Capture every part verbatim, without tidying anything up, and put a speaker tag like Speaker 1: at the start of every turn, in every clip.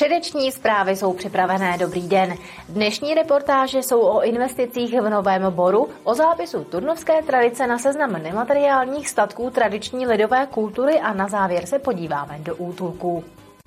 Speaker 1: Středeční zprávy jsou připravené. Dobrý den. Dnešní reportáže jsou o investicích v Novém Boru, o zápisu turnovské tradice na seznam nemateriálních statků tradiční lidové kultury a na závěr se podíváme do útulků.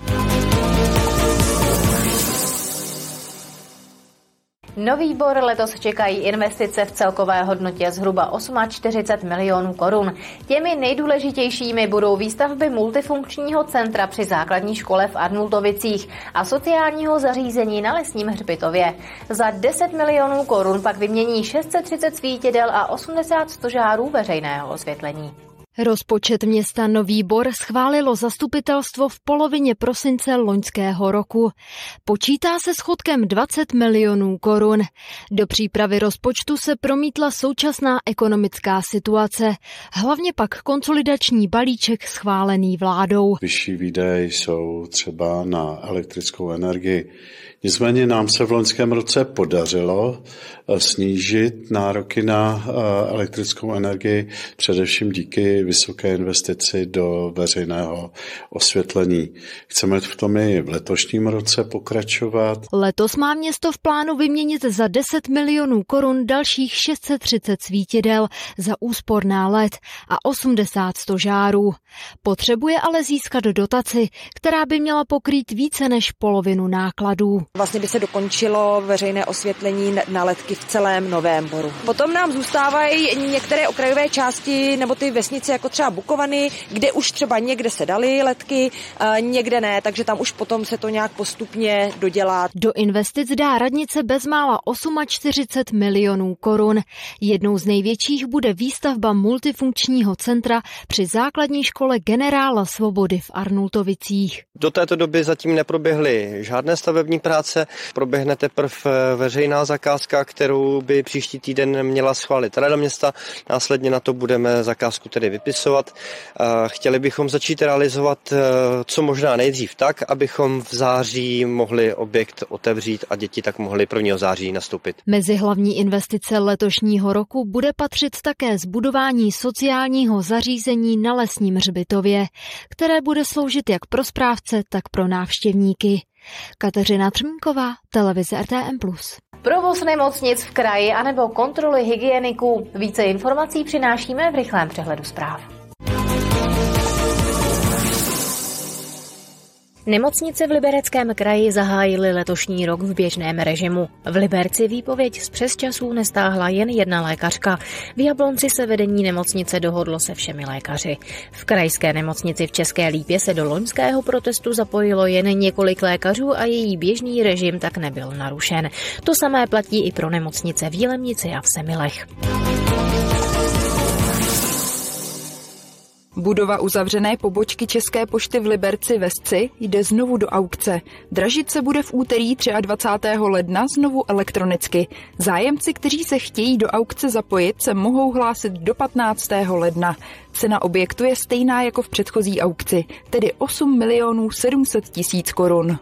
Speaker 1: Nový Bor letos čekají investice v celkové hodnotě zhruba čtyřicet osm milionů korun. Těmi nejdůležitějšími budou výstavby multifunkčního centra při základní škole v Arnultovicích a sociálního zařízení na Lesním hřbitově. Za deset milionů korun pak vymění šest set třicet svítidel a osmdesát stožárů veřejného osvětlení.
Speaker 2: Rozpočet města Nový Bor schválilo zastupitelstvo v polovině prosince loňského roku. Počítá se schodkem dvacet milionů korun. Do přípravy rozpočtu se promítla současná ekonomická situace, hlavně pak konsolidační balíček schválený vládou.
Speaker 3: Vyšší výdaje jsou třeba na elektrickou energii. Nicméně nám se v loňském roce podařilo snížit nároky na elektrickou energii, především díky vysoké investici do veřejného osvětlení. Chceme v tom i v letošním roce pokračovat.
Speaker 2: Letos má město v plánu vyměnit za deset milionů korun dalších šest set třicet svítidel za úsporná el é dé a osmdesát stožárů. Potřebuje ale získat dotaci, která by měla pokrýt více než polovinu nákladů.
Speaker 4: Vlastně by se dokončilo veřejné osvětlení na ledky v celém Novém Boru. Potom nám zůstávají některé okrajové části nebo ty vesnice jako třeba Bukovany, kde už třeba někde se daly ledky, někde ne, takže tam už potom se to nějak postupně dodělá.
Speaker 2: Do investic dá radnice bezmála čtyřicet osm milionů korun. Jednou z největších bude výstavba multifunkčního centra při základní škole Generála Svobody v Arnultovicích.
Speaker 5: Do této doby zatím neproběhly žádné stavební práce. Proběhne teprve veřejná zakázka, kterou by příští týden měla schválit Rada města. Následně na to budeme zakázku tedy vypisovat. Chtěli bychom začít realizovat co možná nejdřív tak, abychom v září mohli objekt otevřít a děti tak mohly prvního září nastoupit.
Speaker 2: Mezi hlavní investice letošního roku bude patřit také zbudování sociálního zařízení na Lesním hřbitově, které bude sloužit jak pro správce, tak pro návštěvníky. Kateřina Třmínková, televize er té em plus.
Speaker 1: Provoz nemocnic v kraji anebo kontroly hygieniků. Více informací přinášíme v rychlém přehledu zpráv. Nemocnice v Libereckém kraji zahájily letošní rok v běžném režimu. V Liberci výpověď z přesčasů nestáhla jen jedna lékařka. V Jablonci se vedení nemocnice dohodlo se všemi lékaři. V krajské nemocnici v České Lípě se do loňského protestu zapojilo jen několik lékařů a její běžný režim tak nebyl narušen. To samé platí i pro nemocnice v Jilemnici a v Semilech.
Speaker 6: Budova uzavřené pobočky České pošty v Liberci ve Sci jde znovu do aukce. Dražit se bude v úterý dvacátého třetího ledna znovu elektronicky. Zájemci, kteří se chtějí do aukce zapojit, se mohou hlásit do patnáctého ledna. Cena objektu je stejná jako v předchozí aukci, tedy osm milionů sedm set tisíc korun.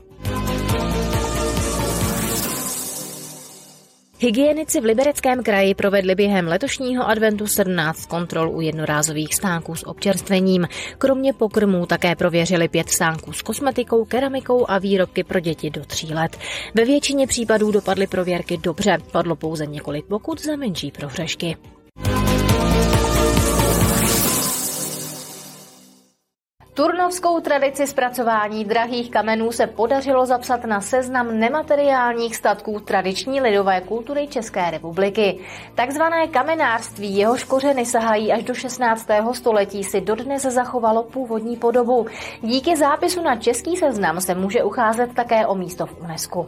Speaker 1: Hygienici v Libereckém kraji provedli během letošního adventu sedmnáct kontrol u jednorázových stánků s občerstvením. Kromě pokrmů také prověřili pět stánků s kosmetikou, keramikou a výrobky pro děti do tří let. Ve většině případů dopadly prověrky dobře, padlo pouze několik pokut za menší prohřešky. Turnovskou tradici zpracování drahých kamenů se podařilo zapsat na seznam nemateriálních statků tradiční lidové kultury České republiky. Takzvané kamenářství, jehož kořeny sahají až do šestnáctého století, si dodnes zachovalo původní podobu. Díky zápisu na český seznam se může ucházet také o místo v UNESCO.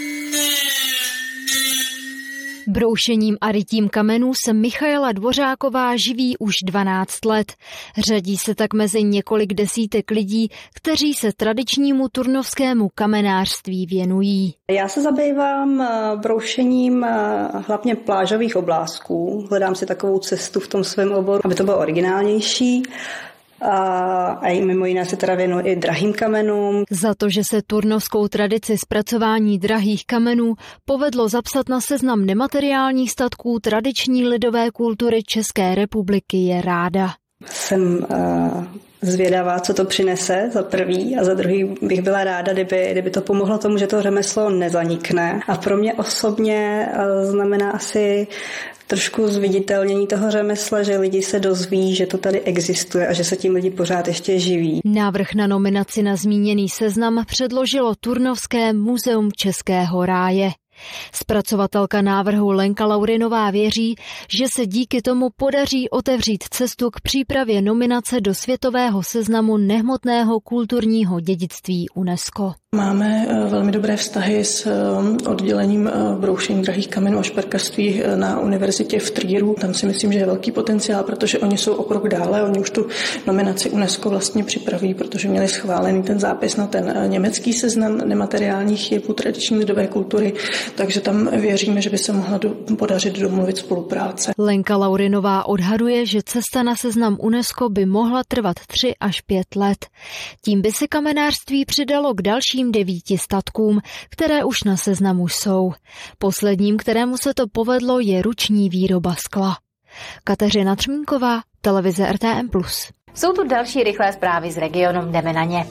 Speaker 2: Broušením a rytím kamenů se Michaela Dvořáková živí už dvanáct let. Řadí se tak mezi několik desítek lidí, kteří se tradičnímu turnovskému kamenářství věnují.
Speaker 7: Já se zabývám broušením hlavně plážových oblázků. Hledám si takovou cestu v tom svém oboru, aby to bylo originálnější. A i mimo jiné se teda věnuji i drahým kamenům.
Speaker 2: Za to, že se turnovskou tradici zpracování drahých kamenů povedlo zapsat na seznam nemateriálních statků tradiční lidové kultury České republiky, je ráda.
Speaker 7: Jsem uh, zvědavá, co to přinese za prvý a za druhý bych byla ráda, kdyby, kdyby to pomohlo tomu, že to řemeslo nezanikne. A pro mě osobně znamená asi trošku zviditelnění toho řemesla, že lidi se dozví, že to tady existuje a že se tím lidi pořád ještě živí.
Speaker 2: Návrh na nominaci na zmíněný seznam předložilo Turnovské muzeum Českého ráje. Zpracovatelka návrhu Lenka Laurinová věří, že se díky tomu podaří otevřít cestu k přípravě nominace do světového seznamu nehmotného kulturního dědictví UNESCO.
Speaker 8: Máme velmi dobré vztahy s oddělením broušení drahých kamenů a šperkařství na univerzitě v Trieru. Tam si myslím, že je velký potenciál, protože oni jsou o krok dále. Oni už tu nominaci UNESCO vlastně připraví, protože měli schválený ten zápis na ten německý seznam nemateriálních jevů tradiční lidové kultury, takže tam věříme, že by se mohla do, podařit domluvit spolupráce.
Speaker 2: Lenka Laurinová odhaduje, že cesta na seznam UNESCO by mohla trvat tři až pět let. Tím by se kamenářství přidalo k dalším devíti statkům, které už na seznamu jsou. Posledním, kterému se to povedlo, je ruční výroba skla. Kateřina Třmínková, televize R T M plus.
Speaker 1: Jsou tu další rychlé zprávy z regionu, jdeme na ně.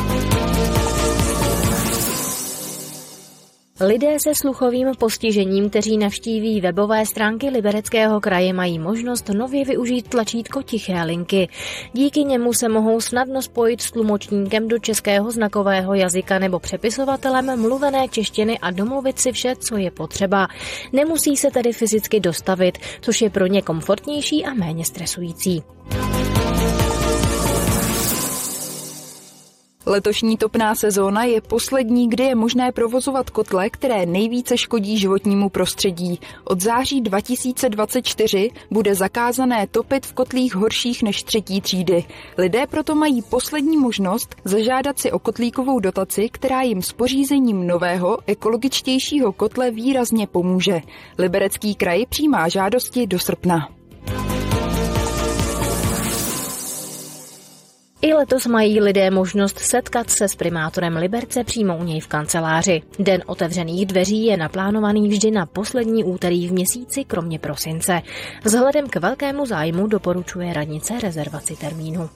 Speaker 1: Lidé se sluchovým postižením, kteří navštíví webové stránky Libereckého kraje, mají možnost nově využít tlačítko Tiché linky. Díky němu se mohou snadno spojit s tlumočníkem do českého znakového jazyka nebo přepisovatelem mluvené češtiny a domluvit si vše, co je potřeba. Nemusí se tedy fyzicky dostavit, což je pro ně komfortnější a méně stresující.
Speaker 6: Letošní topná sezóna je poslední, kdy je možné provozovat kotle, které nejvíce škodí životnímu prostředí. Od září dva tisíce dvacet čtyři bude zakázané topit v kotlích horších než třetí třídy. Lidé proto mají poslední možnost zažádat si o kotlíkovou dotaci, která jim s pořízením nového, ekologičtějšího kotle výrazně pomůže. Liberecký kraj přijímá žádosti do srpna.
Speaker 1: I letos mají lidé možnost setkat se s primátorem Liberce přímo u něj v kanceláři. Den otevřených dveří je naplánovaný vždy na poslední úterý v měsíci, kromě prosince. Vzhledem k velkému zájmu doporučuje radnice rezervaci termínu.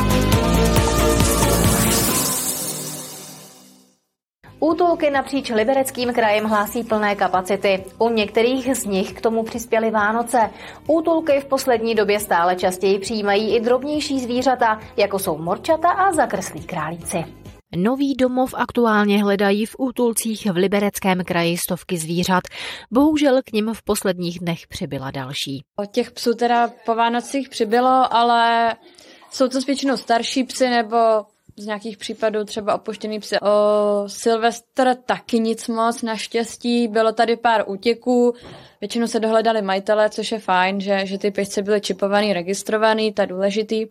Speaker 1: Útulky napříč Libereckým krajem hlásí plné kapacity. U některých z nich k tomu přispěly Vánoce. Útulky v poslední době stále častěji přijímají i drobnější zvířata, jako jsou morčata a zakrslí králíci. Nový domov aktuálně hledají v útulcích v Libereckém kraji stovky zvířat. Bohužel k nim v posledních dnech přibyla další.
Speaker 9: Těch psů teda po Vánocích přibylo, ale jsou to většinou starší psy nebo z nějakých případů třeba opuštěný psy. O Silvestr taky nic moc, naštěstí. Bylo tady pár útěků, většinou se dohledali majitelé, což je fajn, že, že ty pejsci byly čipovaný, registrovaný, to je důležitý.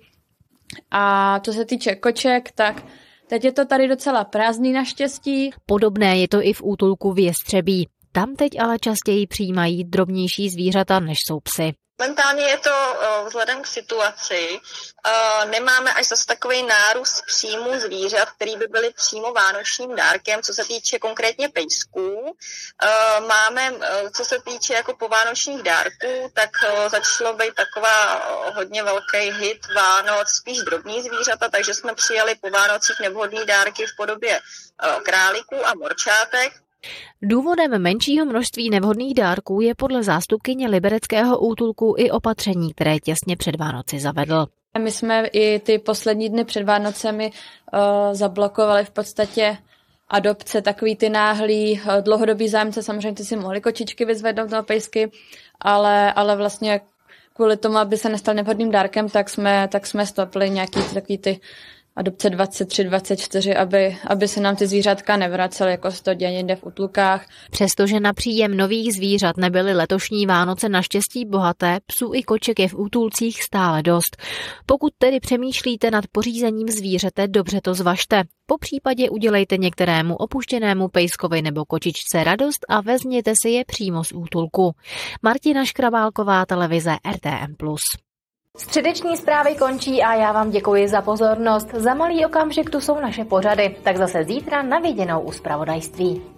Speaker 9: A co se týče koček, tak teď je to tady docela prázdný naštěstí.
Speaker 1: Podobné je to i v útulku v Jestřebí. Tam teď ale častěji přijímají drobnější zvířata, než jsou psy.
Speaker 10: Momentálně je to vzhledem k situaci. Nemáme až zase takový nárůst příjmu zvířat, který by byly přímo vánočním dárkem, co se týče konkrétně pejsků. Máme, co se týče jako povánočních dárků, tak začalo být taková hodně velký hit Vánoc, spíš drobní zvířata, takže jsme přijali po Vánocích nevhodné dárky v podobě králíků a morčátek.
Speaker 1: Důvodem menšího množství nevhodných dárků je podle zástupkyně Libereckého útulku i opatření, které těsně před Vánoci zavedl.
Speaker 9: My jsme i ty poslední dny před Vánocemi uh, zablokovali v podstatě adopce, takový ty náhlý uh, dlouhodobý zájemce, samozřejmě ty si mohli kočičky vyzvednout na pejsky, ale, ale vlastně kvůli tomu, aby se nestal nevhodným dárkem, tak jsme, tak jsme stopli nějaký takový ty adopce dvacet tři dvacet čtyři, aby, aby se nám ty zvířátka nevracely, jako se to děje někde v útlukách.
Speaker 1: Přestože na příjem nových zvířat nebyly letošní Vánoce naštěstí bohaté, psů i koček je v útulcích stále dost. Pokud tedy přemýšlíte nad pořízením zvířete, dobře to zvažte. Po případě udělejte některému opuštěnému pejskovi nebo kočičce radost a vezměte si je přímo z útulku. Martina Škrabálková, televize R T M plus. Středeční zprávy končí a já vám děkuji za pozornost. Za malý okamžik tu jsou naše pořady, tak zase zítra na viděnou u zpravodajství.